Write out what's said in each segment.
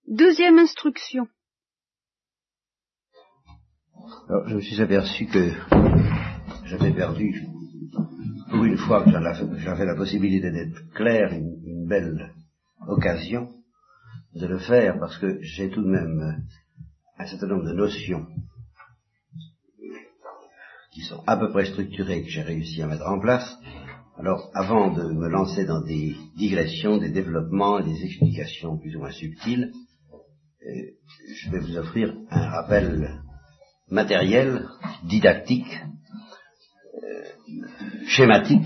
Deuxième instruction. Alors, je me suis aperçu que j'avais perdu, pour une fois que j'avais la possibilité d'être clair, une belle occasion de le faire, parce que j'ai tout de même un certain nombre de notions qui sont à peu près structurées, que j'ai réussi à mettre en place. Alors, avant de me lancer dans des digressions, des développements et des explications plus ou moins subtiles, je vais vous offrir un rappel matériel, didactique, schématique,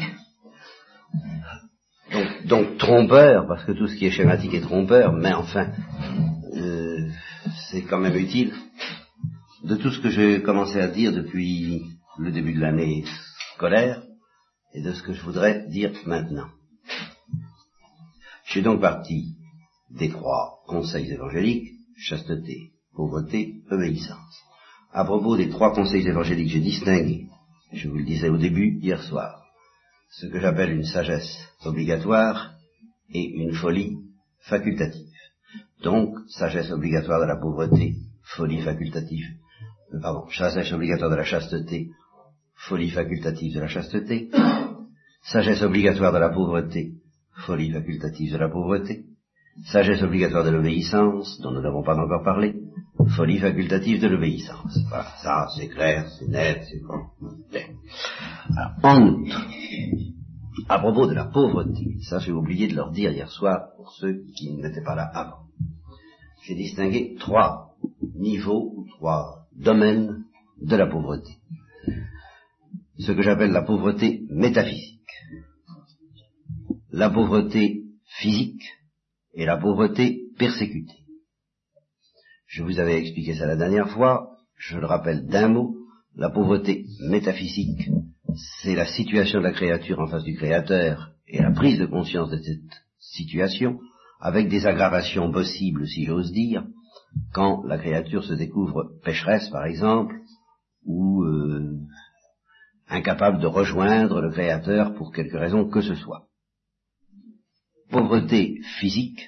donc trompeur, parce que tout ce qui est schématique est trompeur, mais enfin, c'est quand même utile, de tout ce que j'ai commencé à dire depuis le début de l'année scolaire, et de ce que je voudrais dire maintenant. Je suis donc parti des 3 conseils évangéliques, chasteté, pauvreté, obéissance. À propos des 3 conseils évangéliques, j'ai distingué, je vous le disais au début, hier soir, ce que j'appelle une sagesse obligatoire et une folie facultative. Donc, sagesse obligatoire de la pauvreté, folie facultative, sagesse obligatoire de la chasteté, folie facultative de la chasteté, sagesse obligatoire de la pauvreté, folie facultative de la pauvreté, sagesse obligatoire de l'obéissance, dont nous n'avons pas encore parlé, folie facultative de l'obéissance. Voilà, ça c'est clair, c'est net, c'est bon. Alors, en outre, à propos de la pauvreté, ça j'ai oublié de leur dire hier soir pour ceux qui n'étaient pas là avant, j'ai distingué 3 niveaux ou 3 domaines de la pauvreté. Ce que j'appelle la pauvreté métaphysique, la pauvreté physique et la pauvreté persécutée. Je vous avais expliqué ça la dernière fois, je le rappelle d'un mot, la pauvreté métaphysique, c'est la situation de la créature en face du Créateur et la prise de conscience de cette situation, avec des aggravations possibles, si j'ose dire, quand la créature se découvre pécheresse, par exemple, ou incapable de rejoindre le Créateur pour quelque raison que ce soit. Pauvreté physique,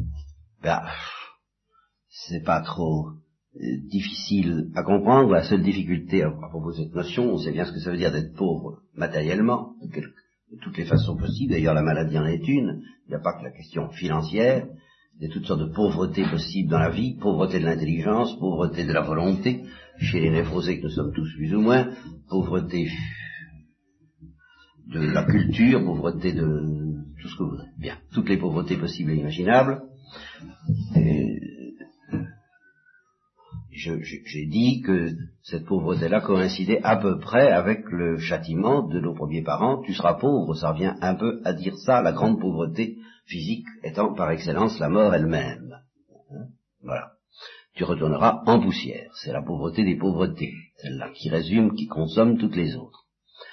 c'est pas trop difficile à comprendre. La seule difficulté à propos de cette notion, on sait bien ce que ça veut dire d'être pauvre matériellement, de toutes les façons possibles. D'ailleurs, la maladie en est une. Il n'y a pas que la question financière. Il y a toutes sortes de pauvretés possibles dans la vie. Pauvreté de l'intelligence, pauvreté de la volonté, chez les névrosés que nous sommes tous plus ou moins, pauvreté de la culture, pauvreté de tout ce que vous voudrez. Bien, toutes les pauvretés possibles et imaginables. J'ai dit que cette pauvreté-là coïncidait à peu près avec le châtiment de nos premiers parents. Tu seras pauvre, ça revient un peu à dire ça, la grande pauvreté physique étant par excellence la mort elle-même. Voilà. Tu retourneras en poussière. C'est la pauvreté des pauvretés, celle-là qui résume, qui consomme toutes les autres.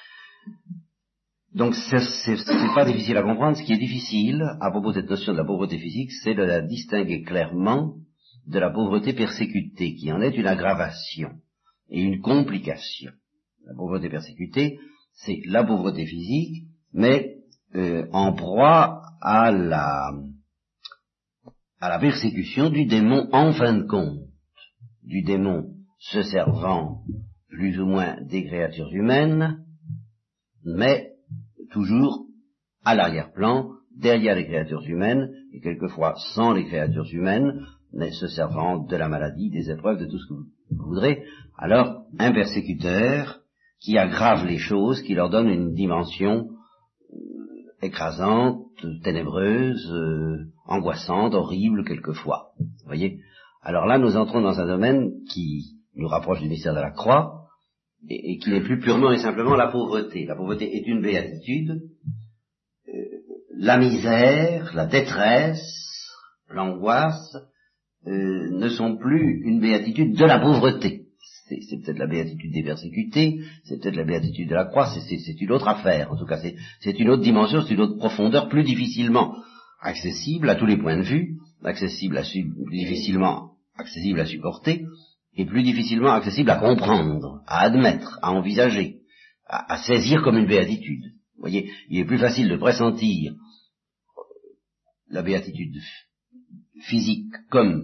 Donc c'est pas difficile à comprendre. Ce qui est difficile à propos de cette notion de la pauvreté physique, c'est de la distinguer clairement de la pauvreté persécutée, qui en est une aggravation et une complication. La pauvreté persécutée, c'est la pauvreté physique, mais en proie à la persécution du démon en fin de compte, du démon se servant plus ou moins des créatures humaines, mais toujours à l'arrière-plan, derrière les créatures humaines, et quelquefois sans les créatures humaines, mais se servant de la maladie, des épreuves, de tout ce que vous voudrez. Alors, un persécuteur qui aggrave les choses, qui leur donne une dimension écrasante, ténébreuse, angoissante, horrible quelquefois. Vous voyez ? Alors là, nous entrons dans un domaine qui nous rapproche du mystère de la croix, et qui n'est plus purement et simplement la pauvreté. La pauvreté est une béatitude. La misère, la détresse, l'angoisse ne sont plus une béatitude de la pauvreté. C'est peut-être la béatitude des persécutés, c'est peut-être la béatitude de la croix, c'est une autre affaire. En tout cas, c'est une autre dimension, c'est une autre profondeur, plus difficilement accessible à tous les points de vue, plus difficilement accessible à supporter, et plus difficilement accessible à comprendre, à admettre, à envisager, à saisir comme une béatitude. Vous voyez, il est plus facile de pressentir la béatitude physique comme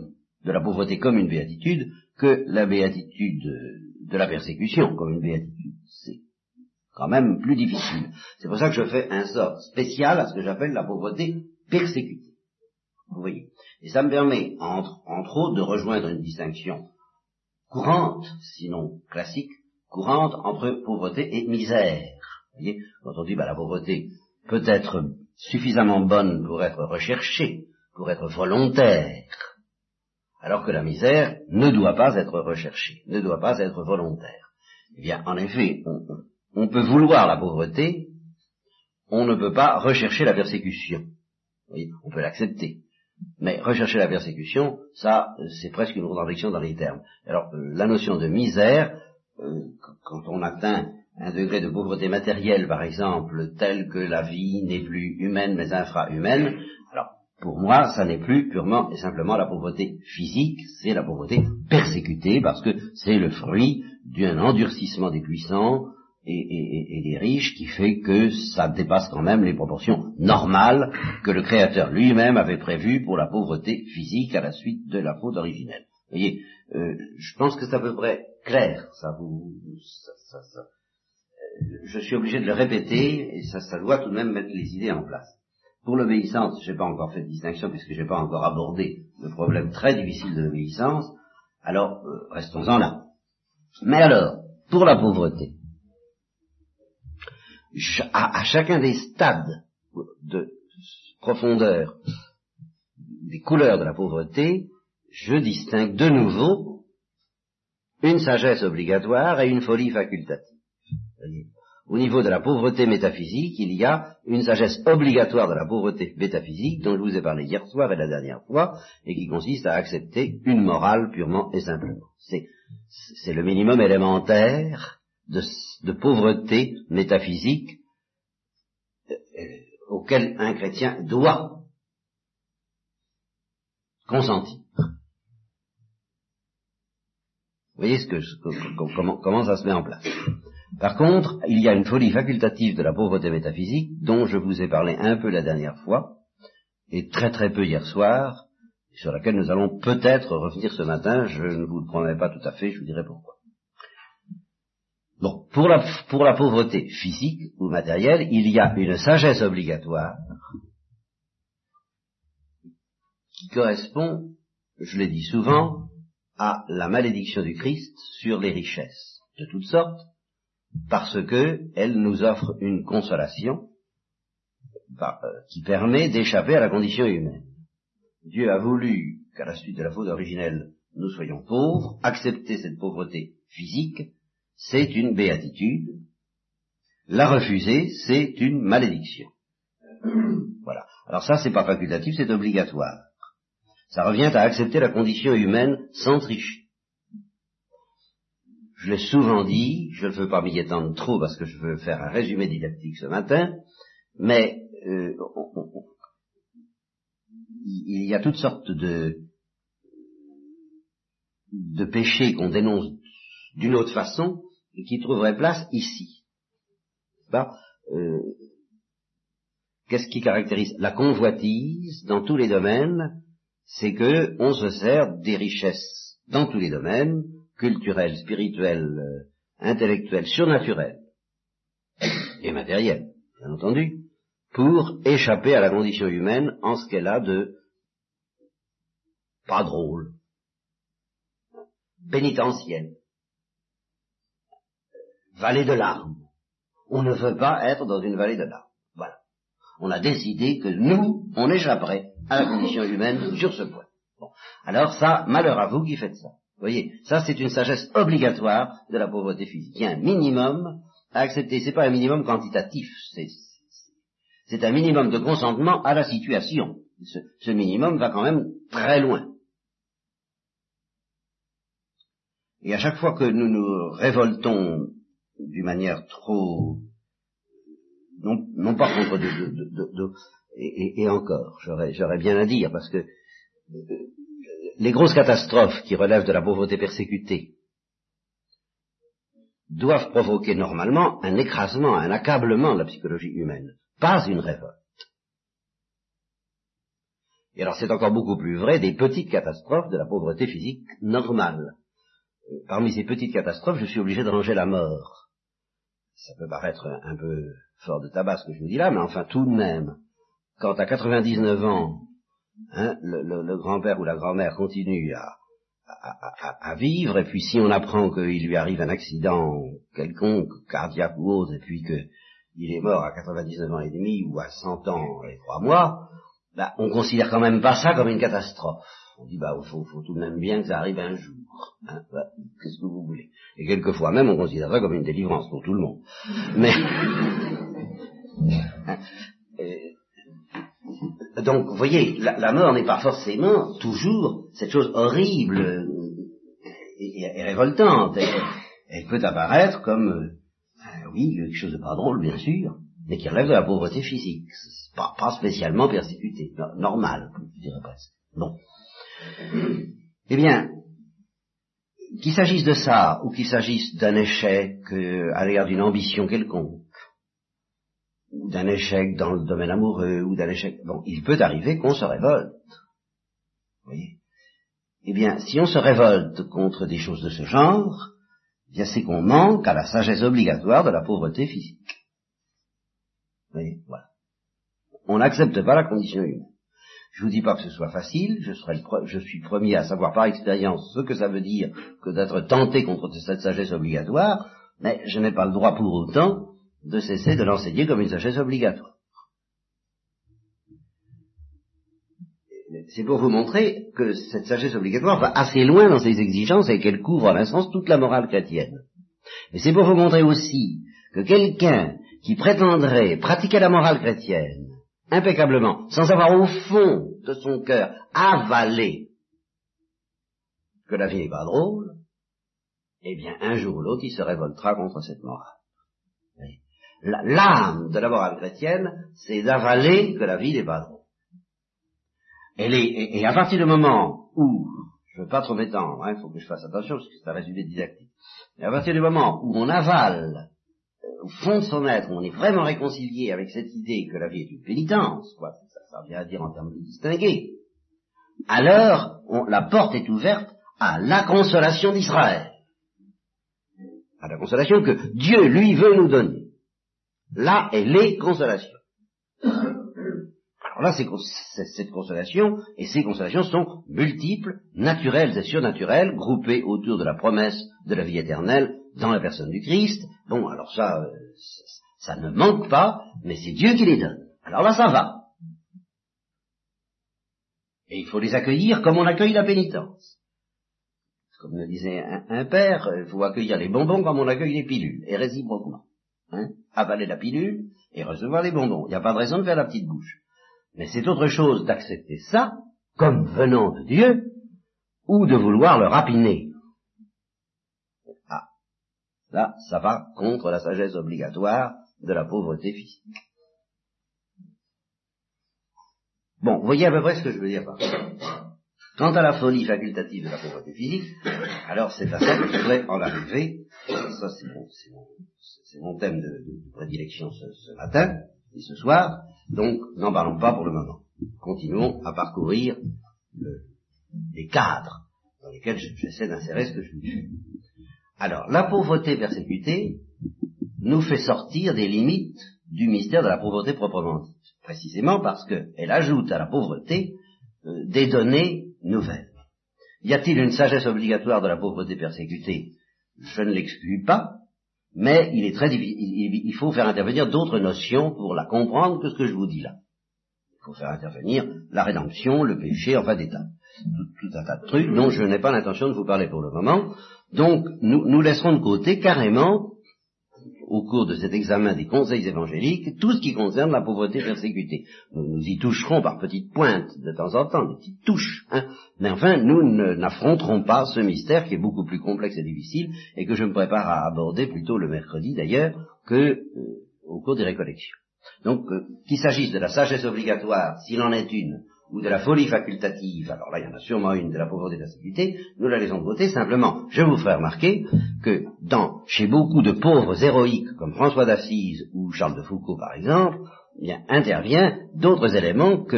de la pauvreté comme une béatitude que la béatitude de la persécution comme une béatitude. C'est quand même plus difficile. C'est pour ça que je fais un sort spécial à ce que j'appelle la pauvreté persécutée. Vous voyez. Et ça me permet, entre autres, de rejoindre une distinction courante, sinon classique, courante entre pauvreté et misère. Vous voyez, quand on dit la pauvreté peut être suffisamment bonne pour être recherchée, pour être volontaire, alors que la misère ne doit pas être recherchée, ne doit pas être volontaire. Eh bien, en effet, on peut vouloir la pauvreté, on ne peut pas rechercher la persécution. Vous voyez, on peut l'accepter. Mais rechercher la persécution, ça, c'est presque une contradiction dans les termes. Alors, la notion de misère, quand on atteint un degré de pauvreté matérielle, par exemple, tel que la vie n'est plus humaine mais infra-humaine, alors, pour moi, ça n'est plus purement et simplement la pauvreté physique, c'est la pauvreté persécutée, parce que c'est le fruit d'un endurcissement des puissants et des riches qui fait que ça dépasse quand même les proportions normales que le Créateur lui-même avait prévues pour la pauvreté physique à la suite de la faute originelle. Vous voyez, je pense que c'est à peu près clair, je suis obligé de le répéter, et ça doit tout de même mettre les idées en place. Pour l'obéissance, je n'ai pas encore fait de distinction, puisque je n'ai pas encore abordé le problème très difficile de l'obéissance, alors restons-en là. Mais alors, pour la pauvreté, à chacun des stades de profondeur, des couleurs de la pauvreté, je distingue de nouveau une sagesse obligatoire et une folie facultative. Au niveau de la pauvreté métaphysique, il y a une sagesse obligatoire de la pauvreté métaphysique dont je vous ai parlé hier soir et la dernière fois, et qui consiste à accepter une morale purement et simplement. C'est le minimum élémentaire de pauvreté métaphysique auquel un chrétien doit consentir. Vous voyez comment ça se met en place. Par contre, il y a une folie facultative de la pauvreté métaphysique dont je vous ai parlé un peu la dernière fois, et très très peu hier soir, sur laquelle nous allons peut-être revenir ce matin, je ne vous le promets pas tout à fait, je vous dirai pourquoi. Donc, pour la pauvreté physique ou matérielle, il y a une sagesse obligatoire qui correspond, je l'ai dit souvent, à la malédiction du Christ sur les richesses de toutes sortes, parce que elle nous offre une consolation qui permet d'échapper à la condition humaine. Dieu a voulu qu'à la suite de la faute originelle, nous soyons pauvres. Accepter cette pauvreté physique, c'est une béatitude. La refuser, c'est une malédiction. Voilà. Alors ça, c'est pas facultatif, c'est obligatoire. Ça revient à accepter la condition humaine sans tricher. Je l'ai souvent dit, je ne veux pas m'y étendre trop parce que je veux faire un résumé didactique ce matin, mais il y a toutes sortes de péchés qu'on dénonce d'une autre façon et qui trouveraient place ici. Qu'est-ce qui caractérise la convoitise dans tous les domaines? C'est que on se sert des richesses dans tous les domaines, culturelles, spirituelles, intellectuelles, surnaturelles et matérielles, bien entendu, pour échapper à la condition humaine en ce qu'elle a de pas drôle, pénitentiel, vallée de larmes. On ne veut pas être dans une vallée de larmes. Voilà. On a décidé que nous, on échapperait à la condition humaine sur ce point. Bon. Alors ça, malheur à vous qui faites ça. Vous voyez, ça c'est une sagesse obligatoire de la pauvreté physique. Il y a un minimum à accepter. C'est pas un minimum quantitatif. C'est un minimum de consentement à la situation. Ce minimum va quand même très loin. Et à chaque fois que nous nous révoltons d'une manière trop, non pas contre et encore, j'aurais bien à dire, parce que les grosses catastrophes qui relèvent de la pauvreté persécutée doivent provoquer normalement un écrasement, un accablement de la psychologie humaine, pas une révolte. Et alors c'est encore beaucoup plus vrai des petites catastrophes de la pauvreté physique normale. Parmi ces petites catastrophes, je suis obligé de ranger la mort. Ça peut paraître un peu fort de tabac ce que je vous dis là, mais enfin tout de même, quand à 99 ans, le grand-père ou la grand-mère continue à vivre, et puis si on apprend qu'il lui arrive un accident quelconque, cardiaque ou autre, et puis qu'il est mort à 99 ans et demi ou à 100 ans et 3 mois, on considère quand même pas ça comme une catastrophe. On dit, faut tout de même bien que ça arrive un jour. Qu'est-ce que vous voulez? Et quelquefois même, on considère ça comme une délivrance pour tout le monde. Mais, donc, vous voyez, la mort n'est pas forcément toujours cette chose horrible et révoltante. Elle peut apparaître comme, oui, quelque chose de pas drôle, bien sûr, mais qui relève de la pauvreté physique. Pas spécialement persécuté, normal, je dirais presque. Bon. Eh bien, qu'il s'agisse de ça, ou qu'il s'agisse d'un échec à l'égard d'une ambition quelconque, ou d'un échec dans le domaine amoureux, ou d'un échec... Bon, il peut arriver qu'on se révolte. Vous voyez? Eh bien, si on se révolte contre des choses de ce genre, eh bien c'est qu'on manque à la sagesse obligatoire de la pauvreté physique. Vous voyez? Voilà. On n'accepte pas la condition humaine. Je vous dis pas que ce soit facile, je suis premier à savoir par expérience ce que ça veut dire que d'être tenté contre cette sagesse obligatoire, mais je n'ai pas le droit pour autant de cesser de l'enseigner comme une sagesse obligatoire. C'est pour vous montrer que cette sagesse obligatoire va assez loin dans ses exigences et qu'elle couvre en un sens toute la morale chrétienne. Mais c'est pour vous montrer aussi que quelqu'un qui prétendrait pratiquer la morale chrétienne impeccablement, sans avoir au fond de son cœur avalé que la vie n'est pas drôle, eh bien un jour ou l'autre il se révoltera contre cette morale. L'âme de la morale chrétienne, c'est d'avaler que la vie n'est pas drôle. Et à partir du moment où, je ne veux pas trop m'étendre, il faut que je fasse attention parce que c'est un résumé didactique, et à partir du moment où on avale au fond de son être, on est vraiment réconcilié avec cette idée que la vie est une pénitence, quoi, ça vient à dire en termes de distinguer, alors la porte est ouverte à la consolation d'Israël, à la consolation que Dieu, lui, veut nous donner. Là est les consolations. Alors là, cette consolation, et ces consolations sont multiples, naturelles et surnaturelles, groupées autour de la promesse de la vie éternelle dans la personne du Christ. Bon, alors ça ne manque pas, mais c'est Dieu qui les donne. Alors là, ça va. Et il faut les accueillir comme on accueille la pénitence. Comme me disait un père, il faut accueillir les bonbons comme on accueille les pilules, et réciproquement. Avaler la pilule et recevoir les bonbons. Il n'y a pas de raison de faire la petite bouche. Mais c'est autre chose d'accepter ça comme venant de Dieu ou de vouloir le rapiner. Là, ça va contre la sagesse obligatoire de la pauvreté physique. Bon, vous voyez à peu près ce que je veux dire par là. Quant à la folie facultative de la pauvreté physique, alors c'est à ça que je voudrais en arriver. Ça, c'est mon thème de prédilection ce matin et ce soir. Donc, n'en parlons pas pour le moment. Continuons à parcourir les cadres dans lesquels j'essaie d'insérer ce que je vous dis. Alors, la pauvreté persécutée nous fait sortir des limites du mystère de la pauvreté proprement dite, précisément parce qu'elle ajoute à la pauvreté des données nouvelles. Y a-t-il une sagesse obligatoire de la pauvreté persécutée? Je ne l'exclus pas, mais il est très difficile, il faut faire intervenir d'autres notions pour la comprendre que ce que je vous dis là. Il faut faire intervenir la rédemption, le péché, enfin des tas. Tout un tas de trucs dont je n'ai pas l'intention de vous parler pour le moment. Donc, nous laisserons de côté carrément, au cours de cet examen des conseils évangéliques, tout ce qui concerne la pauvreté persécutée. Nous y toucherons par petites pointes de temps en temps, des petites touches, mais enfin, nous n'affronterons pas ce mystère qui est beaucoup plus complexe et difficile, et que je me prépare à aborder plutôt le mercredi d'ailleurs, que au cours des récollections. Donc, qu'il s'agisse de la sagesse obligatoire, s'il en est une, ou de la folie facultative, alors là il y en a sûrement une de la pauvreté persécutée, nous la laissons de côté, simplement je vous ferai remarquer que chez beaucoup de pauvres héroïques comme François d'Assise ou Charles de Foucault par exemple, eh bien, intervient d'autres éléments que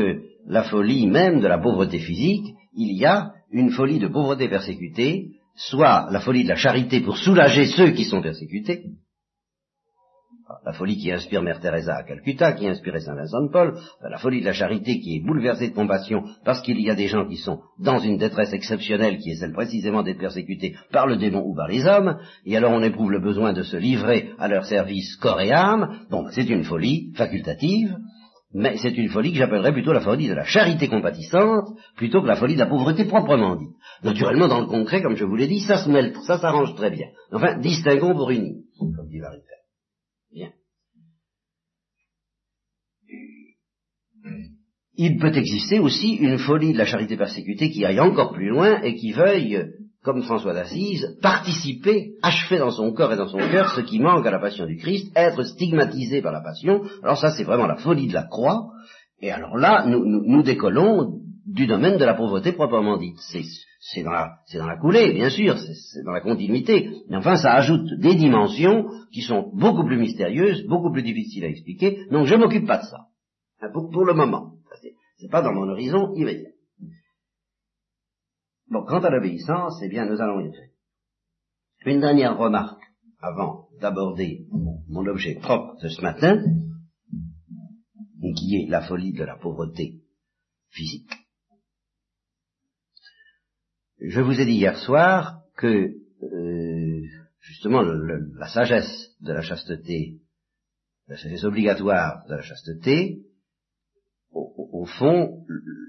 la folie même de la pauvreté physique, il y a une folie de pauvreté persécutée, soit la folie de la charité pour soulager ceux qui sont persécutés, la folie qui inspire Mère Teresa à Calcutta, qui inspirait Saint Vincent de Paul, la folie de la charité qui est bouleversée de compassion parce qu'il y a des gens qui sont dans une détresse exceptionnelle qui est celle précisément d'être persécutés par le démon ou par les hommes, et alors on éprouve le besoin de se livrer à leur service corps et âme. Bon, c'est une folie facultative, mais c'est une folie que j'appellerais plutôt la folie de la charité compatissante, plutôt que la folie de la pauvreté proprement dite. Naturellement, dans le concret, comme je vous l'ai dit, ça se mêle, ça s'arrange très bien. Enfin, distinguons pour unir, comme dit Varitel. Bien. Il peut exister aussi une folie de la charité persécutée qui aille encore plus loin et qui veuille, comme François d'Assise, participer, achever dans son corps et dans son cœur ce qui manque à la passion du Christ, être stigmatisé par la passion. Alors ça, c'est vraiment la folie de la croix. Et alors là, nous décollons du domaine de la pauvreté proprement dite. C'est dans la coulée, bien sûr, c'est dans la continuité, mais enfin ça ajoute des dimensions qui sont beaucoup plus mystérieuses, beaucoup plus difficiles à expliquer, donc je ne m'occupe pas de ça, pour le moment. C'est pas dans mon horizon immédiat. Bon, quant à l'obéissance, eh bien nous allons y faire. Une dernière remarque avant d'aborder mon objet propre de ce matin, qui est la folie de la pauvreté physique. Je vous ai dit hier soir que, justement, la sagesse de la chasteté, la sagesse obligatoire de la chasteté, au fond,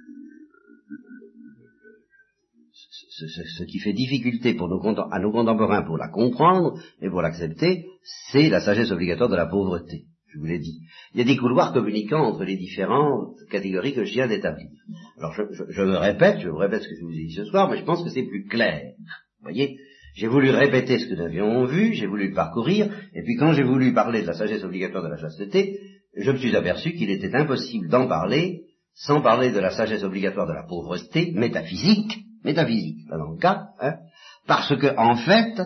ce qui fait difficulté à nos contemporains pour la comprendre et pour l'accepter, c'est la sagesse obligatoire de la pauvreté. Je vous l'ai dit. Il y a des couloirs communicants entre les différentes catégories que je viens d'établir. Alors je vous répète ce que je vous ai dit ce soir, mais je pense que c'est plus clair. Vous voyez, j'ai voulu répéter ce que nous avions vu, j'ai voulu le parcourir, et puis quand j'ai voulu parler de la sagesse obligatoire de la chasteté, je me suis aperçu qu'il était impossible d'en parler sans parler de la sagesse obligatoire de la pauvreté métaphysique, là dans le cas, parce que en fait,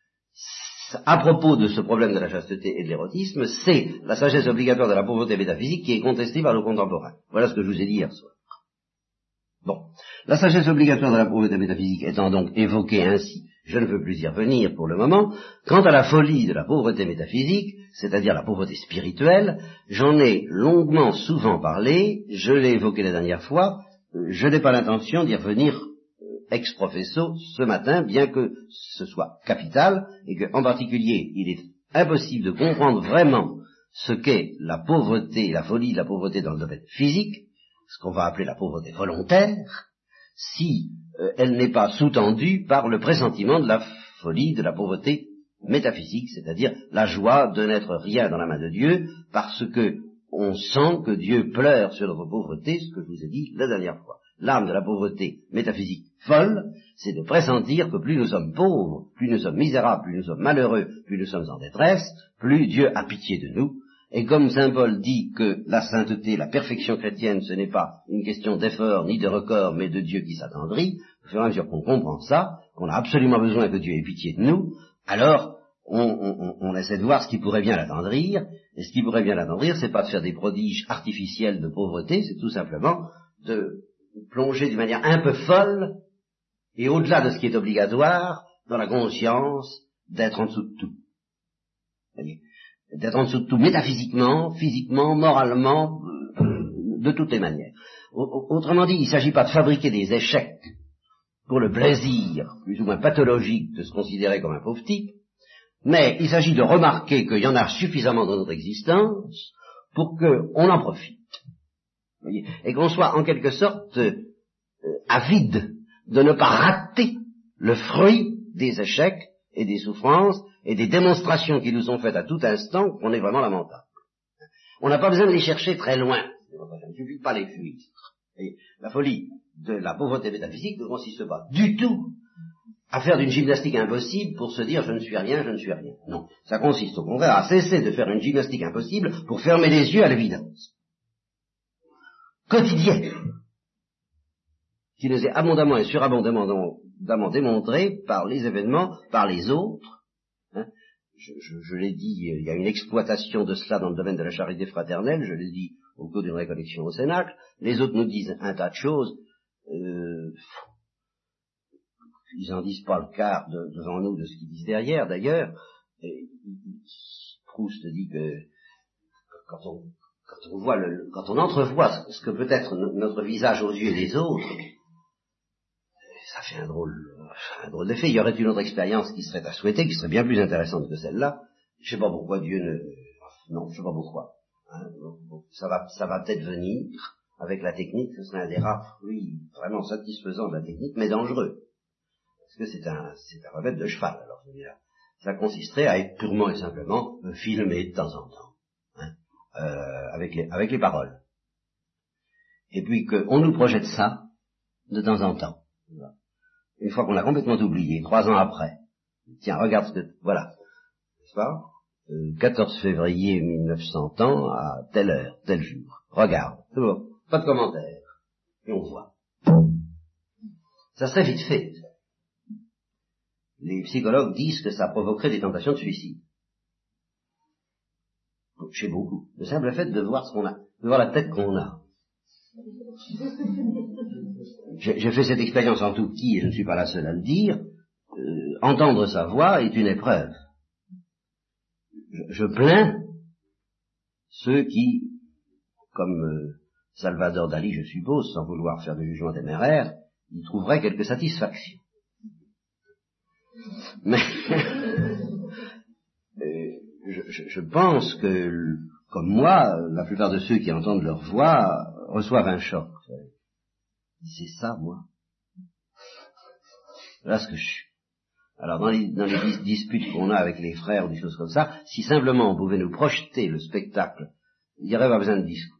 à propos de ce problème de la chasteté et de l'érotisme, c'est la sagesse obligatoire de la pauvreté métaphysique qui est contestée par nos contemporains. Voilà ce que je vous ai dit hier soir. Bon, la sagesse obligatoire de la pauvreté métaphysique étant donc évoquée ainsi, je ne veux plus y revenir pour le moment. Quant à la folie de la pauvreté métaphysique, c'est-à-dire la pauvreté spirituelle, j'en ai longuement, souvent parlé, je l'ai évoqué la dernière fois, je n'ai pas l'intention d'y revenir ex professo ce matin, bien que ce soit capital, et que, en particulier, il est impossible de comprendre vraiment ce qu'est la pauvreté, la folie de la pauvreté dans le domaine physique, ce qu'on va appeler la pauvreté volontaire, si elle n'est pas sous-tendue par le pressentiment de la folie de la pauvreté métaphysique, c'est-à-dire la joie de n'être rien dans la main de Dieu, parce que on sent que Dieu pleure sur notre pauvreté, ce que je vous ai dit la dernière fois. L'âme de la pauvreté métaphysique folle, c'est de pressentir que plus nous sommes pauvres, plus nous sommes misérables, plus nous sommes malheureux, plus nous sommes en détresse, plus Dieu a pitié de nous. Et comme saint Paul dit que la sainteté, la perfection chrétienne, ce n'est pas une question d'effort ni de record, mais de Dieu qui s'attendrit, au fur et à mesure qu'on comprend ça, qu'on a absolument besoin que Dieu ait pitié de nous, alors on essaie de voir ce qui pourrait bien l'attendrir, et ce qui pourrait bien l'attendrir, c'est pas de faire des prodiges artificiels de pauvreté, c'est tout simplement de plonger d'une manière un peu folle, et au-delà de ce qui est obligatoire, dans la conscience d'être en dessous de tout. D'être en dessous de tout, métaphysiquement, physiquement, moralement, de toutes les manières. Autrement dit, il ne s'agit pas de fabriquer des échecs pour le plaisir, plus ou moins pathologique, de se considérer comme un pauvre type, mais il s'agit de remarquer qu'il y en a suffisamment dans notre existence pour qu'on en profite. Et qu'on soit en quelque sorte avide de ne pas rater le fruit des échecs et des souffrances et des démonstrations qui nous sont faites à tout instant qu'on est vraiment lamentable. On n'a pas besoin de les chercher très loin. Il ne suffit pas les fuir. Et la folie de la pauvreté métaphysique ne consiste pas du tout à faire d'une gymnastique impossible pour se dire je ne suis rien, je ne suis rien. Non, ça consiste au contraire à cesser de faire une gymnastique impossible pour fermer les yeux à l'évidence quotidienne, qui nous est abondamment et surabondamment démontrée par les événements, par les autres. Je l'ai dit, il y a une exploitation de cela dans le domaine de la charité fraternelle, je l'ai dit au cours d'une récollection au Cénacle, les autres nous disent un tas de choses, ils en disent pas le quart devant nous de ce qu'ils disent derrière, d'ailleurs. Et Proust dit que quand on entrevoit ce que peut être notre visage aux yeux des autres, ça fait un drôle d'effet. Il y aurait une autre expérience qui serait à souhaiter, qui serait bien plus intéressante que celle-là. Je sais pas pourquoi Dieu non, je sais pas pourquoi. Hein, ça va peut-être venir avec la technique. Ce serait un des rares fruits vraiment satisfaisants de la technique, mais dangereux. Parce que c'est un remède de cheval. Alors je veux dire, ça consisterait à être purement et simplement filmé de temps en temps, hein, avec les paroles. Et puis qu'on nous projette ça de temps en temps. Voilà. Une fois qu'on a complètement oublié, 3 ans après, tiens, regarde ce que... Voilà. N'est-ce pas 14 février 1900 ans, à telle heure, tel jour. Regarde. C'est bon. Pas de commentaire. Et on voit. Ça serait vite fait. Les psychologues disent que ça provoquerait des tentations de suicide. Chez beaucoup. Le simple fait de voir ce qu'on a, de voir la tête qu'on a. J'ai fait cette expérience en tout petit et je ne suis pas la seule à le dire. Entendre sa voix est une épreuve. Je plains ceux qui, comme Salvador Dali, je suppose, sans vouloir faire de jugement téméraire, y trouveraient quelque satisfaction. Mais je pense que, comme moi, la plupart de ceux qui entendent leur voix reçoivent un choc. C'est ça, moi. Voilà ce que je suis. Alors, dans les disputes qu'on a avec les frères ou des choses comme ça, si simplement on pouvait nous projeter le spectacle, il n'y aurait pas besoin de discours.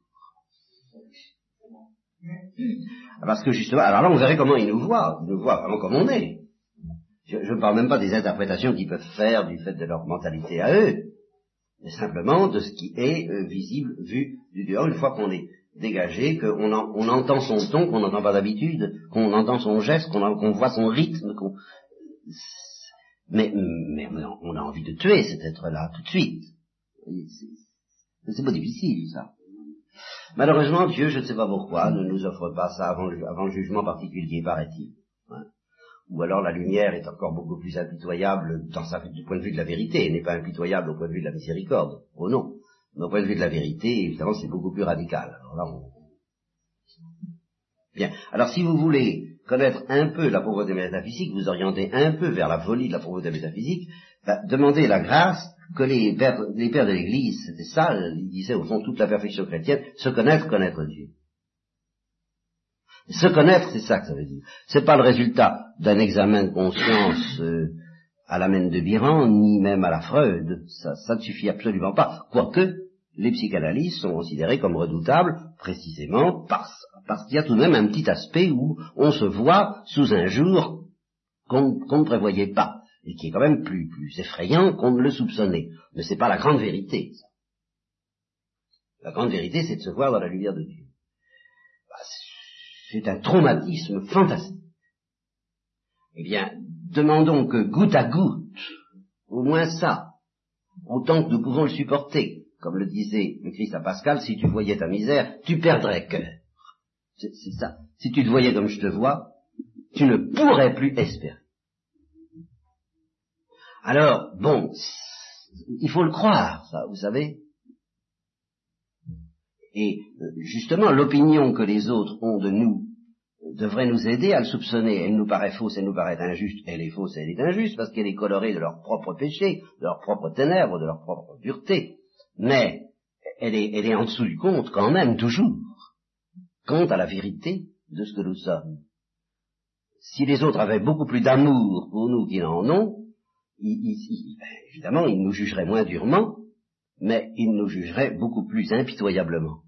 Parce que justement, alors là, on verrait comment ils nous voient. Ils nous voient vraiment comme on est. Je ne parle même pas des interprétations qu'ils peuvent faire du fait de leur mentalité à eux, mais simplement de ce qui est visible, vu du dehors, une fois qu'on est dégagé, qu'on entend son ton, qu'on n'entend pas d'habitude, qu'on entend son geste, qu'on voit son rythme, mais on a envie de tuer cet être-là tout de suite. C'est pas difficile, ça. Malheureusement, Dieu, je ne sais pas pourquoi, ne nous offre pas ça avant le jugement particulier, paraît-il. Hein. Ou alors la lumière est encore beaucoup plus impitoyable du point de vue de la vérité, et n'est pas impitoyable au point de vue de la miséricorde. Oh non. Mais au point de vue de la vérité, évidemment, c'est beaucoup plus radical. Alors là, Bien. Alors si vous voulez connaître un peu la pauvreté métaphysique, vous orientez un peu vers la folie de la pauvreté métaphysique, demandez la grâce que les pères de l'Église, c'était ça, ils disaient au fond toute la perfection chrétienne, se connaître, connaître Dieu. Se connaître, c'est ça que ça veut dire. C'est pas le résultat d'un examen de conscience à la Mène de Biran, ni même à la Freud. Ça ne suffit absolument pas. Quoique, les psychanalystes sont considérés comme redoutables, précisément parce qu'il y a tout de même un petit aspect où on se voit sous un jour qu'on ne prévoyait pas, et qui est quand même plus effrayant qu'on ne le soupçonnait. Mais c'est pas la grande vérité, ça. La grande vérité, c'est de se voir dans la lumière de Dieu. C'est un traumatisme fantastique. Eh bien, demandons que goutte à goutte, au moins ça, autant que nous pouvons le supporter, comme le disait le Christ à Pascal, si tu voyais ta misère, tu perdrais cœur. C'est ça. Si tu te voyais comme je te vois, tu ne pourrais plus espérer. Alors, bon, il faut le croire, ça, vous savez. Et justement, l'opinion que les autres ont de nous devrait nous aider à le soupçonner. Elle nous paraît fausse, elle nous paraît injuste, elle est fausse, elle est injuste, parce qu'elle est colorée de leur propre péché, de leur propre ténèbres, de leur propre dureté. Mais elle est en dessous du compte quand même, toujours, quant à la vérité de ce que nous sommes. Si les autres avaient beaucoup plus d'amour pour nous qu'ils n'en ont, évidemment, ils nous jugeraient moins durement, mais ils nous jugeraient beaucoup plus impitoyablement.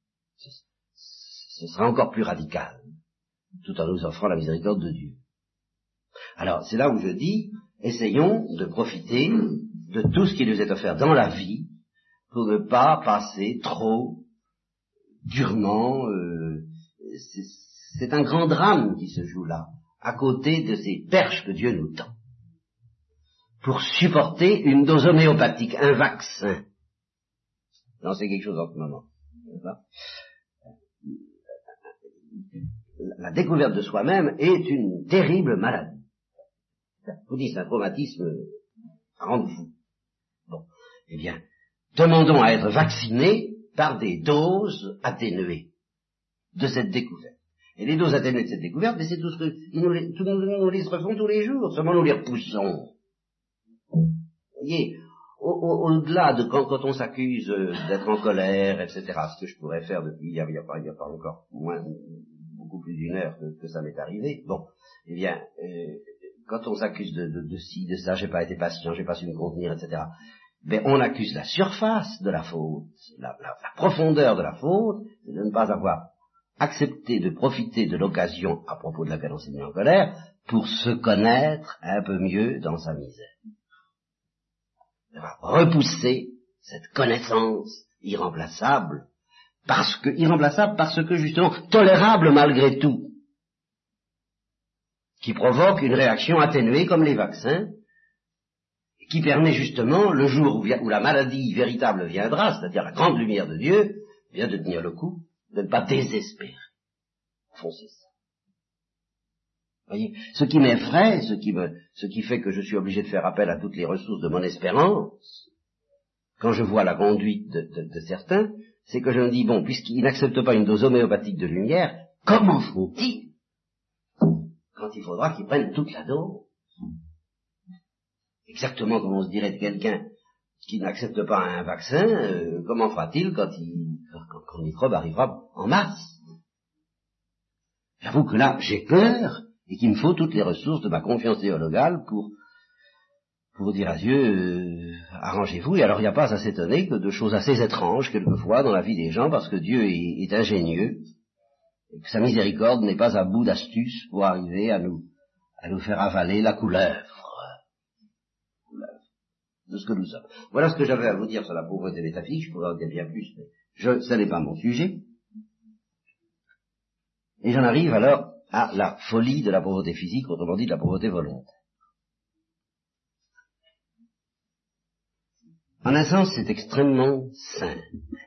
Ce sera encore plus radical, tout en nous offrant la miséricorde de Dieu. Alors, c'est là où je dis, essayons de profiter de tout ce qui nous est offert dans la vie, pour ne pas passer trop durement. C'est un grand drame qui se joue là, à côté de ces perches que Dieu nous tend, pour supporter une dose homéopathique, un vaccin. Non, c'est quelque chose en ce moment. La découverte de soi-même est une terrible maladie. Vous dites, c'est un traumatisme à rendre fou. Bon, eh bien, demandons à être vaccinés par des doses atténuées de cette découverte. Et les doses atténuées de cette découverte, mais c'est tout ce que nous les refont tous les jours, seulement nous les repoussons. Vous voyez, au-delà de quand on s'accuse d'être en colère, etc., ce que je pourrais faire depuis il y a pas encore beaucoup plus d'une heure que ça m'est arrivé, bon, eh bien, quand on s'accuse de ci, de ça, j'ai pas été patient, j'ai pas su me contenir, etc., ben on accuse la surface de la faute, la profondeur de la faute, c'est de ne pas avoir accepté de profiter de l'occasion à propos de laquelle on s'est mis en colère pour se connaître un peu mieux dans sa misère. On va repousser cette connaissance irremplaçable parce que justement tolérable malgré tout, qui provoque une réaction atténuée comme les vaccins, qui permet justement, le jour où la maladie véritable viendra, c'est-à-dire la grande lumière de Dieu, bien de tenir le coup, de ne pas désespérer. Au fond, c'est ça. Voyez, ce qui m'effraie, ce qui fait que je suis obligé de faire appel à toutes les ressources de mon espérance, quand je vois la conduite de certains, c'est que je me dis, bon, puisqu'ils n'acceptent pas une dose homéopathique de lumière, comment font-ils quand il faudra qu'ils prennent toute la dose? Exactement comme on se dirait de quelqu'un qui n'accepte pas un vaccin, comment fera-t-il quand le microbe arrivera en masse? J'avoue que là, j'ai peur, et qu'il me faut toutes les ressources de ma confiance théologale pour dire à Dieu, arrangez-vous. Et alors il n'y a pas à s'étonner que de choses assez étranges quelquefois dans la vie des gens, parce que Dieu est ingénieux, et que sa miséricorde n'est pas à bout d'astuces pour arriver à nous faire avaler la couleuvre de ce que nous sommes. Voilà ce que j'avais à vous dire sur la pauvreté métaphysique. Je pourrais en dire bien plus, mais ça n'est pas mon sujet. Et j'en arrive alors à la folie de la pauvreté physique, autrement dit de la pauvreté volontaire. En un sens, c'est extrêmement simple.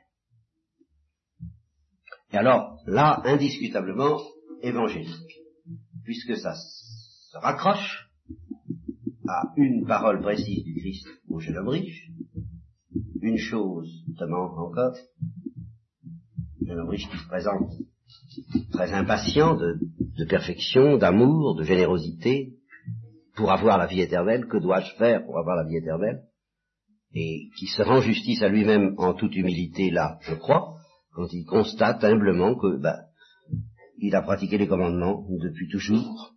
Et alors, là, indiscutablement, évangélique, puisque ça se raccroche à une parole précise du Christ au jeune homme riche. Une chose te manque encore. Le jeune homme riche qui se présente très impatient de perfection, d'amour, de générosité, pour avoir la vie éternelle. Que dois-je faire pour avoir la vie éternelle? Et qui se rend justice à lui-même en toute humilité, là, je crois, quand il constate humblement que, il a pratiqué les commandements depuis toujours.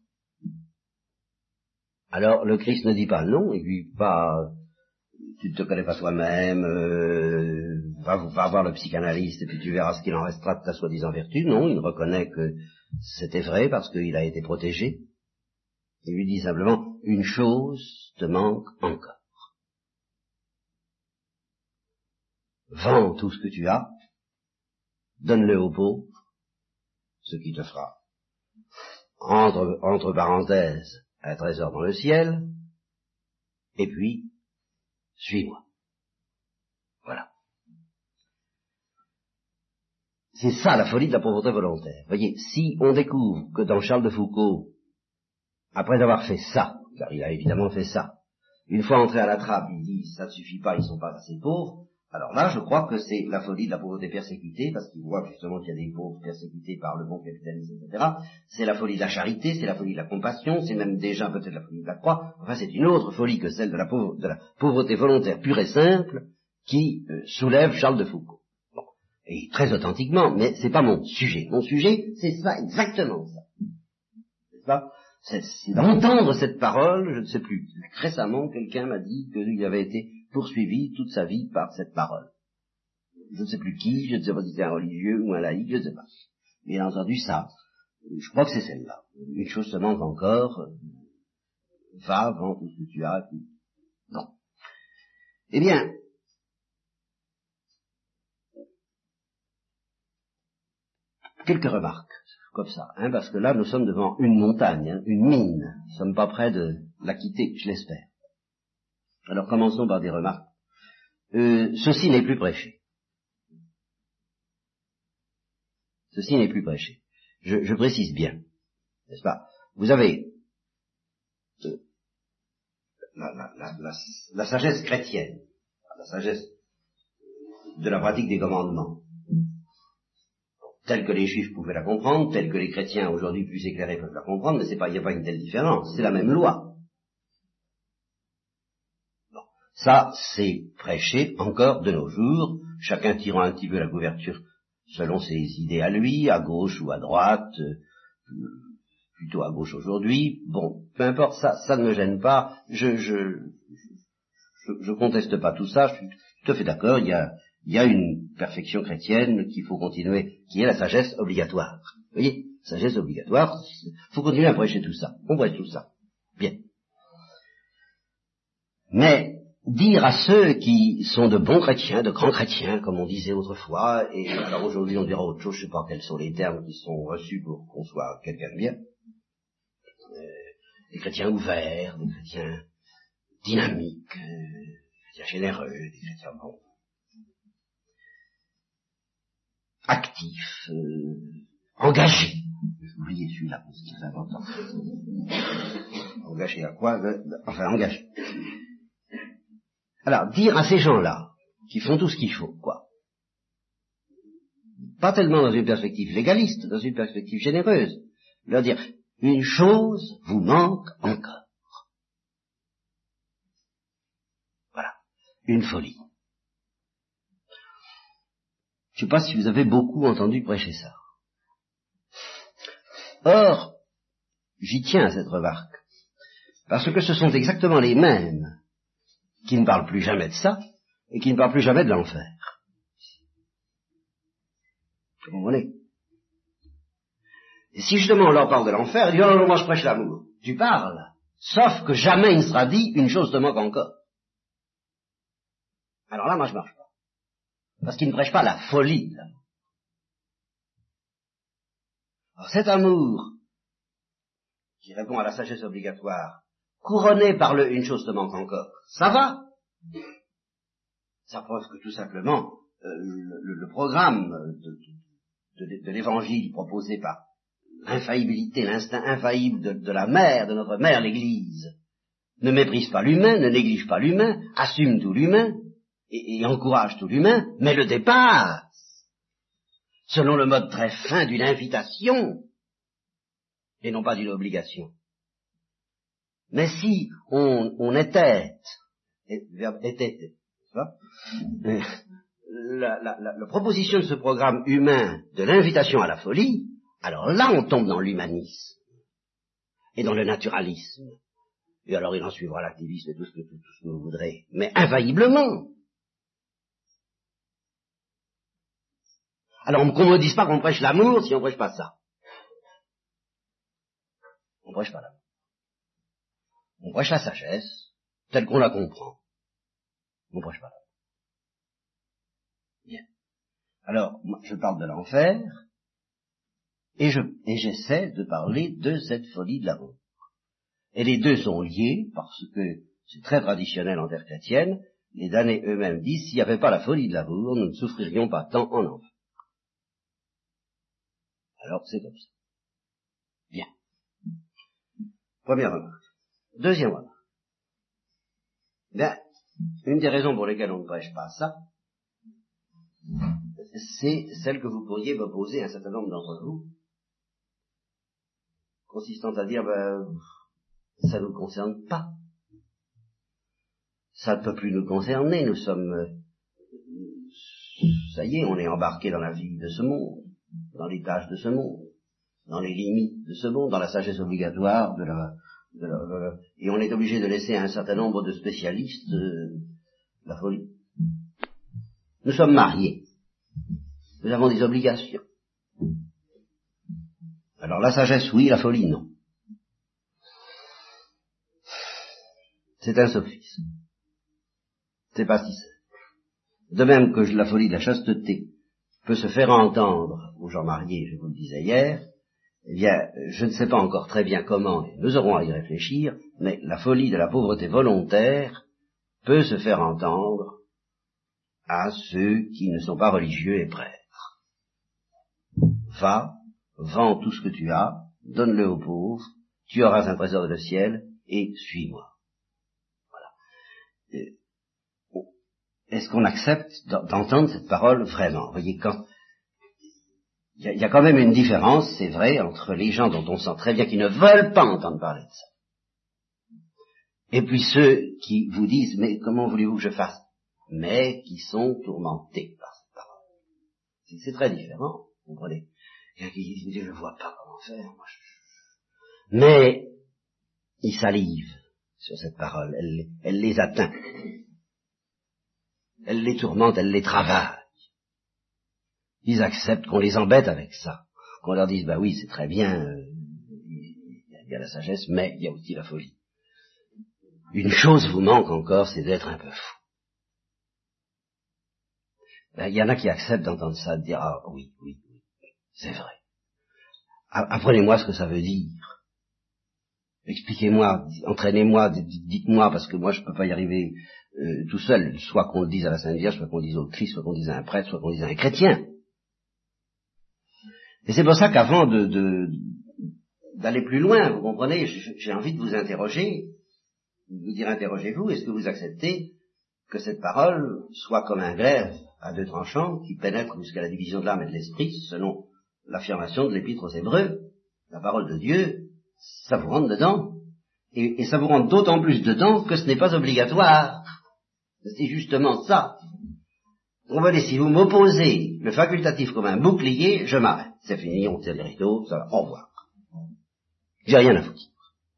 Alors, le Christ ne dit pas non, et puis pas, tu ne te connais pas toi-même, va voir le psychanalyste, et puis tu verras ce qu'il en restera de ta soi-disant vertu. Non, il reconnaît que c'était vrai parce qu'il a été protégé. Il lui dit simplement, une chose te manque encore. Vends tout ce que tu as, donne-le aux pauvres, ce qui te fera, entre parenthèses, un trésor dans le ciel, et puis, suis-moi. Voilà. C'est ça la folie de la pauvreté volontaire. Voyez, si on découvre que dans Charles de Foucault, après avoir fait ça, car il a évidemment fait ça, une fois entré à la trappe, il dit, ça ne suffit pas, ils sont pas assez pauvres, alors là, je crois que c'est la folie de la pauvreté persécutée, parce qu'il voit justement qu'il y a des pauvres persécutés par le bon capitalisme, etc. C'est la folie de la charité, c'est la folie de la compassion, c'est même déjà peut-être la folie de la croix. Enfin, c'est une autre folie que celle de la pauvreté volontaire pure et simple qui soulève Charles de Foucault. Bon. Et très authentiquement, mais c'est pas mon sujet. Mon sujet, c'est ça, exactement ça. C'est ça. C'est d'entendre cette parole, je ne sais plus. Récemment, quelqu'un m'a dit qu'il avait été poursuivi toute sa vie par cette parole. Je ne sais plus qui, je ne sais pas si c'est un religieux ou un laïc, je ne sais pas. Mais il a entendu ça. Je crois que c'est celle-là. Une chose se manque encore. Va, vends tout ce que tu as. Puis... Non. Eh bien, quelques remarques, comme ça, parce que là, nous sommes devant une montagne, une mine. Nous ne sommes pas près de la quitter, je l'espère. Alors commençons par des remarques. Ceci n'est plus prêché. Ceci n'est plus prêché. Je précise bien, n'est-ce pas? Vous avez la sagesse chrétienne, la sagesse de la pratique des commandements, telle que les Juifs pouvaient la comprendre, telle que les chrétiens aujourd'hui plus éclairés peuvent la comprendre, mais il n'y a pas une telle différence, c'est la même loi. Bon. Ça, c'est prêché encore de nos jours, chacun tirant un petit peu la couverture selon ses idées à lui, à gauche ou à droite, plutôt à gauche aujourd'hui. Bon, peu importe, ça ne me gêne pas, je conteste pas tout ça, je suis tout à fait d'accord, il y a une perfection chrétienne qu'il faut continuer, qui est la sagesse obligatoire. Vous voyez, sagesse obligatoire, il faut continuer à prêcher tout ça. On prêche tout ça. Bien. Mais dire à ceux qui sont de bons chrétiens, de grands chrétiens, comme on disait autrefois, et alors aujourd'hui on dira autre chose, je ne sais pas quels sont les termes qui sont reçus pour qu'on soit quelqu'un de bien, des chrétiens ouverts, des chrétiens dynamiques, des chrétiens généreux, des chrétiens bons, actifs, engagés. J'ai oublié celui-là, parce que c'est important. Engagés à quoi? Enfin, engagés. Alors, dire à ces gens-là, qui font tout ce qu'il faut, quoi, pas tellement dans une perspective légaliste, dans une perspective généreuse, leur dire, une chose vous manque encore. Voilà, une folie. Je ne sais pas si vous avez beaucoup entendu prêcher ça. Or, j'y tiens à cette remarque, parce que ce sont exactement les mêmes qui ne parlent plus jamais de ça, et qui ne parlent plus jamais de l'enfer. Vous comprenez? Et si justement on leur parle de l'enfer, ils disent, oh non, moi je prêche l'amour. Tu parles, sauf que jamais il ne sera dit, une chose te manque encore. Alors là, moi je marche pas. Parce qu'ils ne prêchent pas la folie de l'amour. Alors cet amour, qui répond à la sagesse obligatoire, couronné par le une chose te manque encore, ça va. Ça prouve que tout simplement le programme de l'évangile proposé par l'infaillibilité, l'instinct infaillible de la mère, de notre mère l'Église, ne méprise pas l'humain, ne néglige pas l'humain, assume tout l'humain et encourage tout l'humain, mais le dépasse selon le mode très fin d'une invitation et non pas d'une obligation. Mais si on était, la proposition de ce programme humain de l'invitation à la folie, alors là on tombe dans l'humanisme et dans le naturalisme. Et alors il en suivra l'activisme et tout ce que vous voudrez, mais infailliblement. Alors qu'on ne me dise pas qu'on prêche l'amour si on ne prêche pas ça. On ne prêche pas l'amour. On prêche la sagesse, telle qu'on la comprend. On ne prêche pas l'amour. Bien. Alors, moi, je parle de l'enfer, et j'essaie de parler de cette folie de l'amour. Et les deux sont liés, parce que c'est très traditionnel en terre chrétienne, les damnés eux-mêmes disent, s'il n'y avait pas la folie de l'amour, nous ne souffririons pas tant en enfer. Alors, c'est comme ça. Bien. Première remarque. Deuxième remarque. Bien, une des raisons pour lesquelles on ne prêche pas ça, c'est celle que vous pourriez me poser un certain nombre d'entre vous, consistant à dire, ça ne nous concerne pas. Ça ne peut plus nous concerner, nous sommes, ça y est, on est embarqué dans la vie de ce monde, dans les tâches de ce monde, dans les limites de ce monde, dans la sagesse obligatoire et on est obligé de laisser à un certain nombre de spécialistes la folie. Nous sommes mariés. Nous avons des obligations. Alors la sagesse, oui, la folie, non. C'est un sophisme. C'est pas si simple. De même que la folie de la chasteté peut se faire entendre aux gens mariés, je vous le disais hier, eh bien, je ne sais pas encore très bien comment, et nous aurons à y réfléchir, mais la folie de la pauvreté volontaire peut se faire entendre à ceux qui ne sont pas religieux et prêtres. va, vends tout ce que tu as, donne-le aux pauvres, tu auras un trésor dans le ciel, et suis-moi. Voilà. Est-ce qu'on accepte d'entendre cette parole vraiment? Vous voyez, quand il y a quand même une différence, c'est vrai, entre les gens dont on sent très bien qu'ils ne veulent pas entendre parler de ça, et puis ceux qui vous disent, mais comment voulez-vous que je fasse? Mais qui sont tourmentés par cette parole. C'est très différent, vous comprenez? Quelqu'un qui dit, je ne vois pas comment faire, moi mais ils salivent sur cette parole, elle les atteint. Elle les tourmente, elle les travaille. Ils acceptent qu'on les embête avec ça. Qu'on leur dise, bah oui, c'est très bien, il y a la sagesse, mais il y a aussi la folie. Une chose vous manque encore, c'est d'être un peu fou. Ben, il y en a qui acceptent d'entendre ça, de dire, ah oui, c'est vrai. Apprenez-moi ce que ça veut dire. Expliquez-moi, entraînez-moi, dites-moi, parce que moi je ne peux pas y arriver tout seul, soit qu'on le dise à la Sainte Vierge, soit qu'on le dise au Christ, soit qu'on le dise à un prêtre, soit qu'on le dise à un chrétien. Et c'est pour ça qu'avant d'aller plus loin, vous comprenez, j'ai envie de vous interroger, de vous dire interrogez-vous, est-ce que vous acceptez que cette parole soit comme un glaive à deux tranchants qui pénètre jusqu'à la division de l'âme et de l'esprit, selon l'affirmation de l'Épître aux Hébreux, la parole de Dieu, ça vous rentre dedans, et ça vous rentre d'autant plus dedans que ce n'est pas obligatoire. C'est justement ça. Vous voyez, si vous m'opposez le facultatif comme un bouclier, je m'arrête. C'est fini, on tire les rideaux, ça va, au revoir. J'ai rien à vous dire.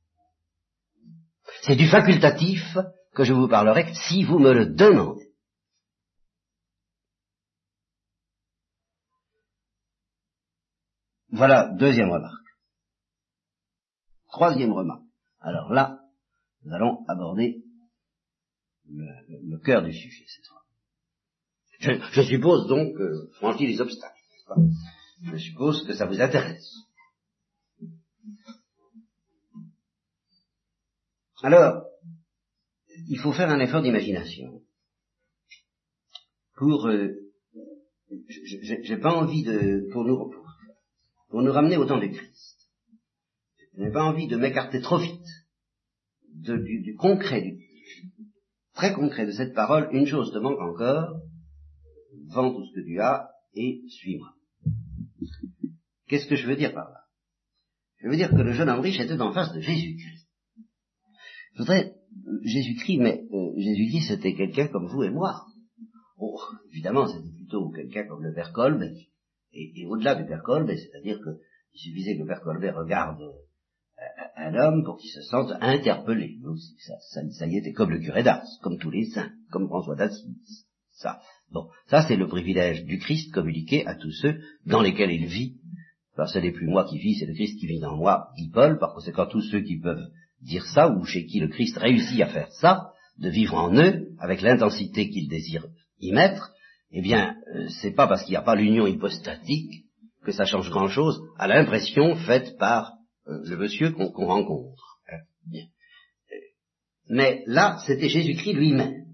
C'est du facultatif que je vous parlerai si vous me le demandez. Voilà, deuxième remarque. Troisième remarque. Alors là, nous allons aborder le cœur du sujet cette fois. Je suppose donc franchir les obstacles. Je suppose que ça vous intéresse. Alors, il faut faire un effort d'imagination pour... j'ai pas envie de... pour nous ramener au temps du Christ. Je n'ai pas envie de m'écarter trop vite du concret, très concret de cette parole. Une chose te manque encore, vends tout ce que tu as et suis-moi. Qu'est-ce que je veux dire par là? Je veux dire que le jeune homme riche était en face de Jésus-Christ. Je voudrais, Jésus-Christ, mais Jésus-Christ c'était quelqu'un comme vous et moi. Oh, évidemment, c'était plutôt quelqu'un comme le Père Kolb, et au-delà du Père Kolb, c'est-à-dire qu'il suffisait que le Père Colbert regarde un homme pour qu'il se sente interpellé. Donc, ça y était comme le curé d'Ars, comme tous les saints, comme François d'Assise. Ça. Bon, ça c'est le privilège du Christ communiqué à tous ceux dans lesquels il vit. Alors ce n'est plus moi qui vis, c'est le Christ qui vit dans moi, dit Paul. Par conséquent, tous ceux qui peuvent dire ça, ou chez qui le Christ réussit à faire ça, de vivre en eux, avec l'intensité qu'il désire y mettre, eh bien, c'est pas parce qu'il n'y a pas l'union hypostatique que ça change grand-chose à l'impression faite par le monsieur qu'on rencontre. Bien. Mais là, c'était Jésus-Christ lui-même.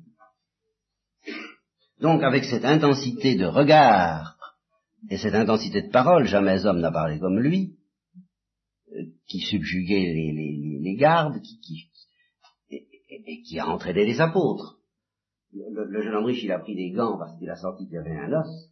Donc, avec cette intensité de regard et cette intensité de parole, jamais homme n'a parlé comme lui, qui subjuguait les gardes, et qui a entraîné les apôtres. Le jeune homme riche, il a pris des gants parce qu'il a senti qu'il y avait un os,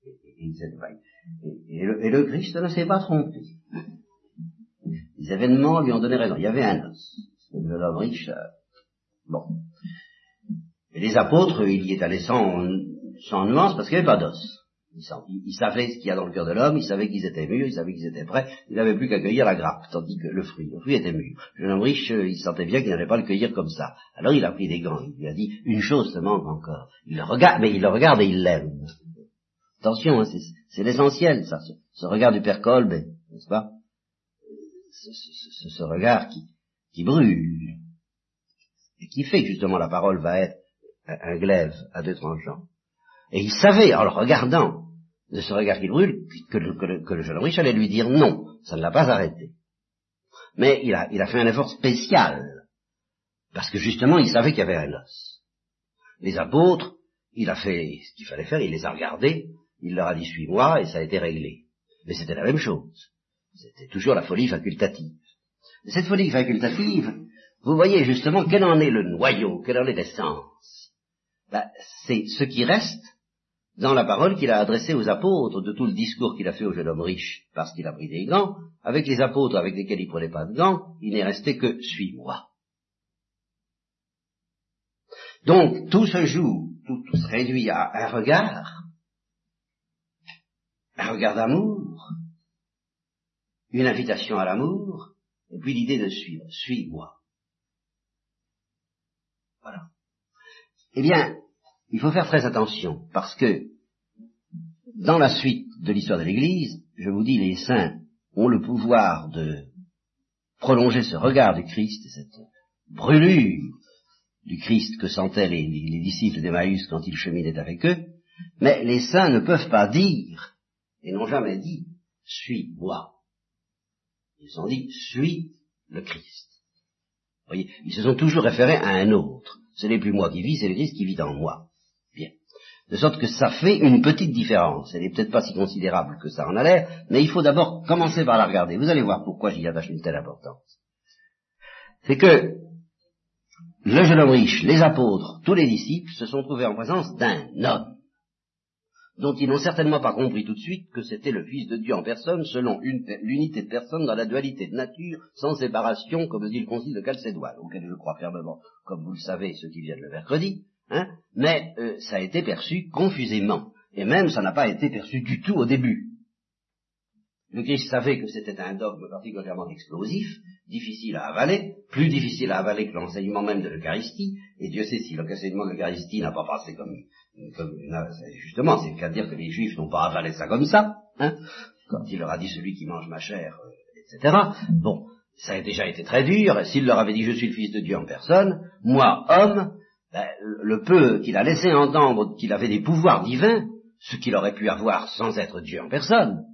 et le Christ ne s'est pas trompé. Les événements lui ont donné raison. Il y avait un os. Le jeune homme riche, bon. Et les apôtres, il y est allé sans nuance parce qu'il n'y avait pas d'os. Ils savaient ce qu'il y a dans le cœur de l'homme, ils savaient qu'ils étaient mûrs, ils savaient qu'ils étaient prêts, ils n'avaient plus qu'à cueillir la grappe, tandis que le fruit était mûr. Le jeune homme riche, il sentait bien qu'il n'allait pas le cueillir comme ça. Alors il a pris des gants, il lui a dit, une chose te manque encore. Il le regarde, mais il le regarde et il l'aime. Attention, hein, c'est l'essentiel, ça, ce regard du Père Kolb, n'est-ce pas? Ce regard qui brûle, et qui fait que justement la parole va être un glaive à deux tranchants. Et il savait, en le regardant, de ce regard qui brûle, que le jeune riche allait lui dire non, ça ne l'a pas arrêté. Mais il a fait un effort spécial, parce que justement il savait qu'il y avait un os. Les apôtres, il a fait ce qu'il fallait faire, il les a regardés, il leur a dit suis-moi, et ça a été réglé. Mais c'était la même chose. C'était toujours la folie facultative. Cette folie facultative, vous voyez justement quel en est le noyau, quelle en est l'essence. C'est ce qui reste dans la parole qu'il a adressée aux apôtres, de tout le discours qu'il a fait au jeune homme riche, parce qu'il a pris des gants. Avec les apôtres avec lesquels il ne prenait pas de gants, il n'est resté que « suis-moi ». Donc, tout se joue, tout se réduit à un regard d'amour, une invitation à l'amour, et puis l'idée de suivre, suis-moi. Voilà. Eh bien, il faut faire très attention, parce que, dans la suite de l'histoire de l'Église, je vous dis, les saints ont le pouvoir de prolonger ce regard du Christ, cette brûlure du Christ que sentaient les disciples d'Emmaüs quand ils cheminaient avec eux, mais les saints ne peuvent pas dire, et n'ont jamais dit, suis-moi. Ils ont dit, suis le Christ. Vous voyez, ils se sont toujours référés à un autre. Ce n'est plus moi qui vis, c'est le Christ qui vit en moi. Bien. De sorte que ça fait une petite différence. Elle n'est peut-être pas si considérable que ça en a l'air, mais il faut d'abord commencer par la regarder. Vous allez voir pourquoi j'y attache une telle importance. C'est que le jeune homme riche, les apôtres, tous les disciples se sont trouvés en présence d'un homme, dont ils n'ont certainement pas compris tout de suite que c'était le Fils de Dieu en personne, selon l'unité de personne dans la dualité de nature, sans séparation, comme dit le Concile de Chalcédoine, auquel je crois fermement, comme vous le savez, ceux qui viennent le mercredi, mais ça a été perçu confusément, et même ça n'a pas été perçu du tout au début. Le Christ savait que c'était un dogme particulièrement explosif, difficile à avaler, plus difficile à avaler que l'enseignement même de l'Eucharistie, et Dieu sait si l'enseignement de l'Eucharistie n'a pas passé comme justement, c'est le cas de dire que les Juifs n'ont pas avalé ça comme ça, quand il leur a dit celui qui mange ma chair, etc. Bon, ça a déjà été très dur, et s'il leur avait dit je suis le Fils de Dieu en personne, moi, homme, le peu qu'il a laissé entendre qu'il avait des pouvoirs divins, ce qu'il aurait pu avoir sans être Dieu en personne,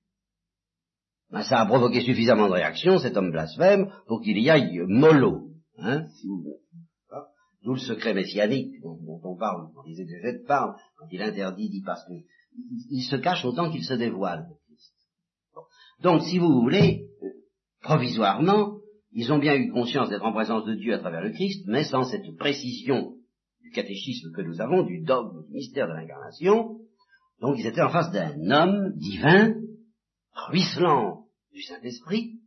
ça a provoqué suffisamment de réactions, cet homme blasphème, pour qu'il y aille mollo, si vous voulez. D'où le secret messianique dont on parle, dont les exégètes parlent, quand il interdit, dit parce qu'il se cache autant qu'il se dévoile. Bon. Donc, si vous voulez, provisoirement, ils ont bien eu conscience d'être en présence de Dieu à travers le Christ, mais sans cette précision du catéchisme que nous avons, du dogme, du mystère de l'incarnation. Donc, ils étaient en face d'un homme divin, ruisselant du Saint-Esprit,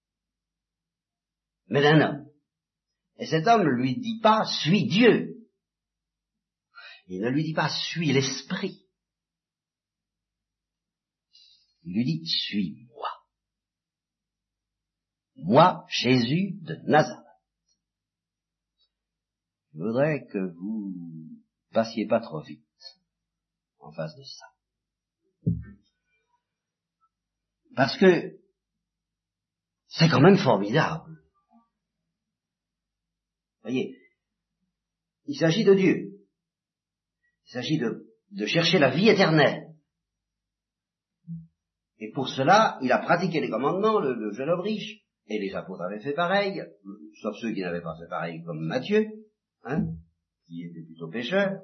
mais d'un homme. Et cet homme ne lui dit pas « suis Dieu ». Il ne lui dit pas « suis l'Esprit ». Il lui dit « suis-moi ». Moi, Jésus de Nazareth. Je voudrais que vous passiez pas trop vite en face de ça. Parce que c'est quand même formidable. Voyez, il s'agit de Dieu. Il s'agit de chercher la vie éternelle. Et pour cela, il a pratiqué les commandements, le jeune homme riche, et les apôtres avaient fait pareil, sauf ceux qui n'avaient pas fait pareil, comme Matthieu, qui était plutôt pécheur.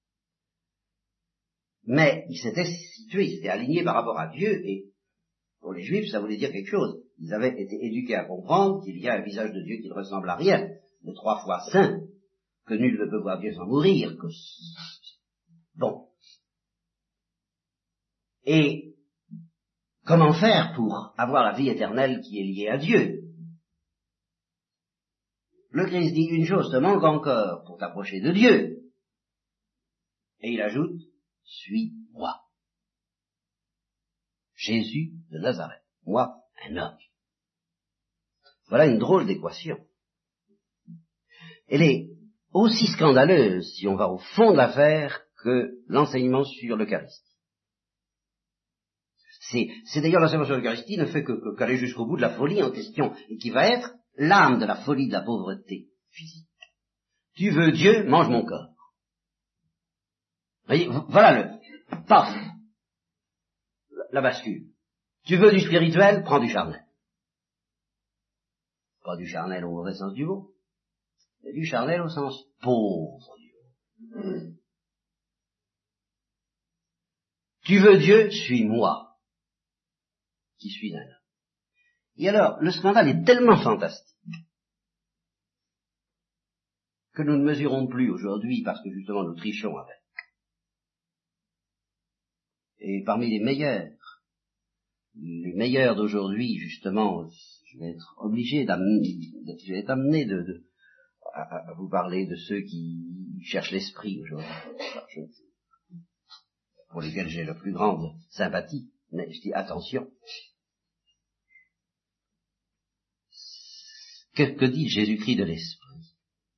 Mais il s'était situé, il s'était aligné par rapport à Dieu, et pour les Juifs, ça voulait dire quelque chose. Ils avaient été éduqués à comprendre qu'il y a un visage de Dieu qui ne ressemble à rien, le 3 fois saint, que nul ne peut voir Dieu sans mourir, que... Bon. Et comment faire pour avoir la vie éternelle qui est liée à Dieu? Le Christ dit une chose te manque encore pour t'approcher de Dieu. Et il ajoute, suis-moi. Jésus de Nazareth. Moi, un homme. Voilà une drôle d'équation. Elle est aussi scandaleuse, si on va au fond de l'affaire, que l'enseignement sur l'Eucharistie. C'est d'ailleurs l'enseignement sur l'Eucharistie ne fait qu'aller jusqu'au bout de la folie en question, et qui va être l'âme de la folie de la pauvreté physique. Tu veux Dieu, mange mon corps. Vous voyez, voilà paf, la bascule. Tu veux du spirituel, prends du charnel. Pas du charnel au mauvais sens du mot, mais du charnel au sens pauvre du mot. Tu veux Dieu, suis-moi. qui suis un homme. Et alors, le scandale est tellement fantastique que nous ne mesurons plus aujourd'hui parce que justement nous trichons avec. Et parmi les meilleurs d'aujourd'hui, justement, je vais être obligé à vous parler de ceux qui cherchent l'esprit aujourd'hui, pour lesquels j'ai la plus grande sympathie, mais je dis attention. Que dit Jésus-Christ de l'esprit?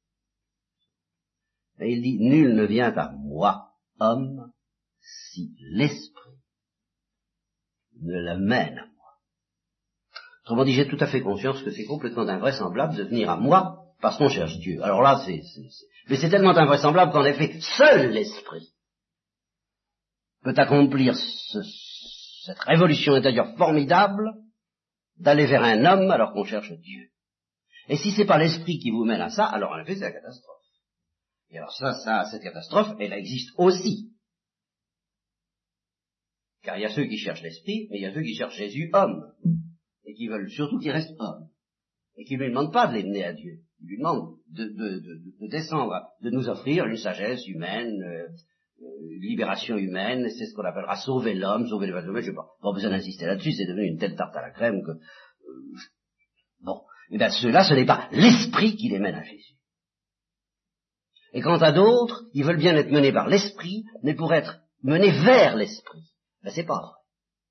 Et il dit, nul ne vient à moi, homme, si l'esprit ne l'amène à moi. Autrement dit, j'ai tout à fait conscience que c'est complètement invraisemblable de venir à moi parce qu'on cherche Dieu. Alors là, mais c'est tellement invraisemblable qu'en effet, seul l'esprit peut accomplir cette révolution intérieure formidable d'aller vers un homme alors qu'on cherche Dieu. Et si c'est pas l'esprit qui vous mène à ça, alors en effet, c'est la catastrophe. Et alors cette catastrophe, elle existe aussi. Car il y a ceux qui cherchent l'esprit, mais il y a ceux qui cherchent Jésus homme, et qui veulent surtout qu'il reste homme, et qui ne lui demandent pas de les mener à Dieu. Ils lui demandent de descendre, de nous offrir une sagesse humaine, une libération humaine, c'est ce qu'on appellera sauver l'homme, sauver les humains, je n'ai pas besoin d'insister là-dessus, c'est devenu une telle tarte à la crème que... bon, et bien ceux-là, ce n'est pas l'esprit qui les mène à Jésus. Et quant à d'autres, ils veulent bien être menés par l'esprit, mais pour être menés vers l'esprit. Ben c'est pas vrai.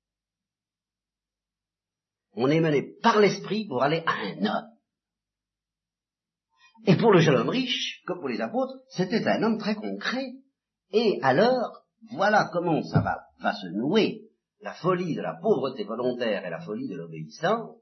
On est mené par l'esprit pour aller à un homme. Et pour le jeune homme riche, comme pour les apôtres, c'était un homme très concret. Et alors, voilà comment ça va se nouer la folie de la pauvreté volontaire et la folie de l'obéissance.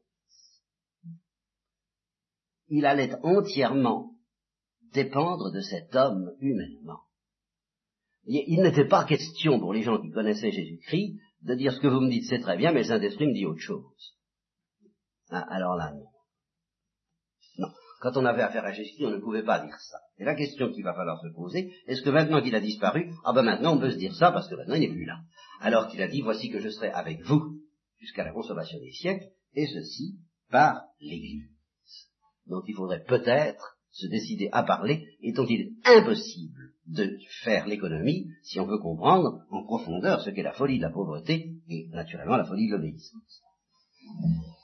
Il allait entièrement dépendre de cet homme humainement. Il n'était pas question pour les gens qui connaissaient Jésus-Christ de dire ce que vous me dites c'est très bien, mais le Saint-Esprit me dit autre chose. Ah, alors là, non. Non. Quand on avait affaire à Jésus-Christ, on ne pouvait pas dire ça. Et la question qu'il va falloir se poser, est-ce que maintenant qu'il a disparu, maintenant on peut se dire ça parce que maintenant il n'est plus là. Alors qu'il a dit, voici que je serai avec vous jusqu'à la consommation des siècles, et ceci par l'Église, dont il faudrait peut-être se décider à parler, et dont il est impossible de faire l'économie si on veut comprendre en profondeur ce qu'est la folie de la pauvreté et naturellement la folie de l'obéissance.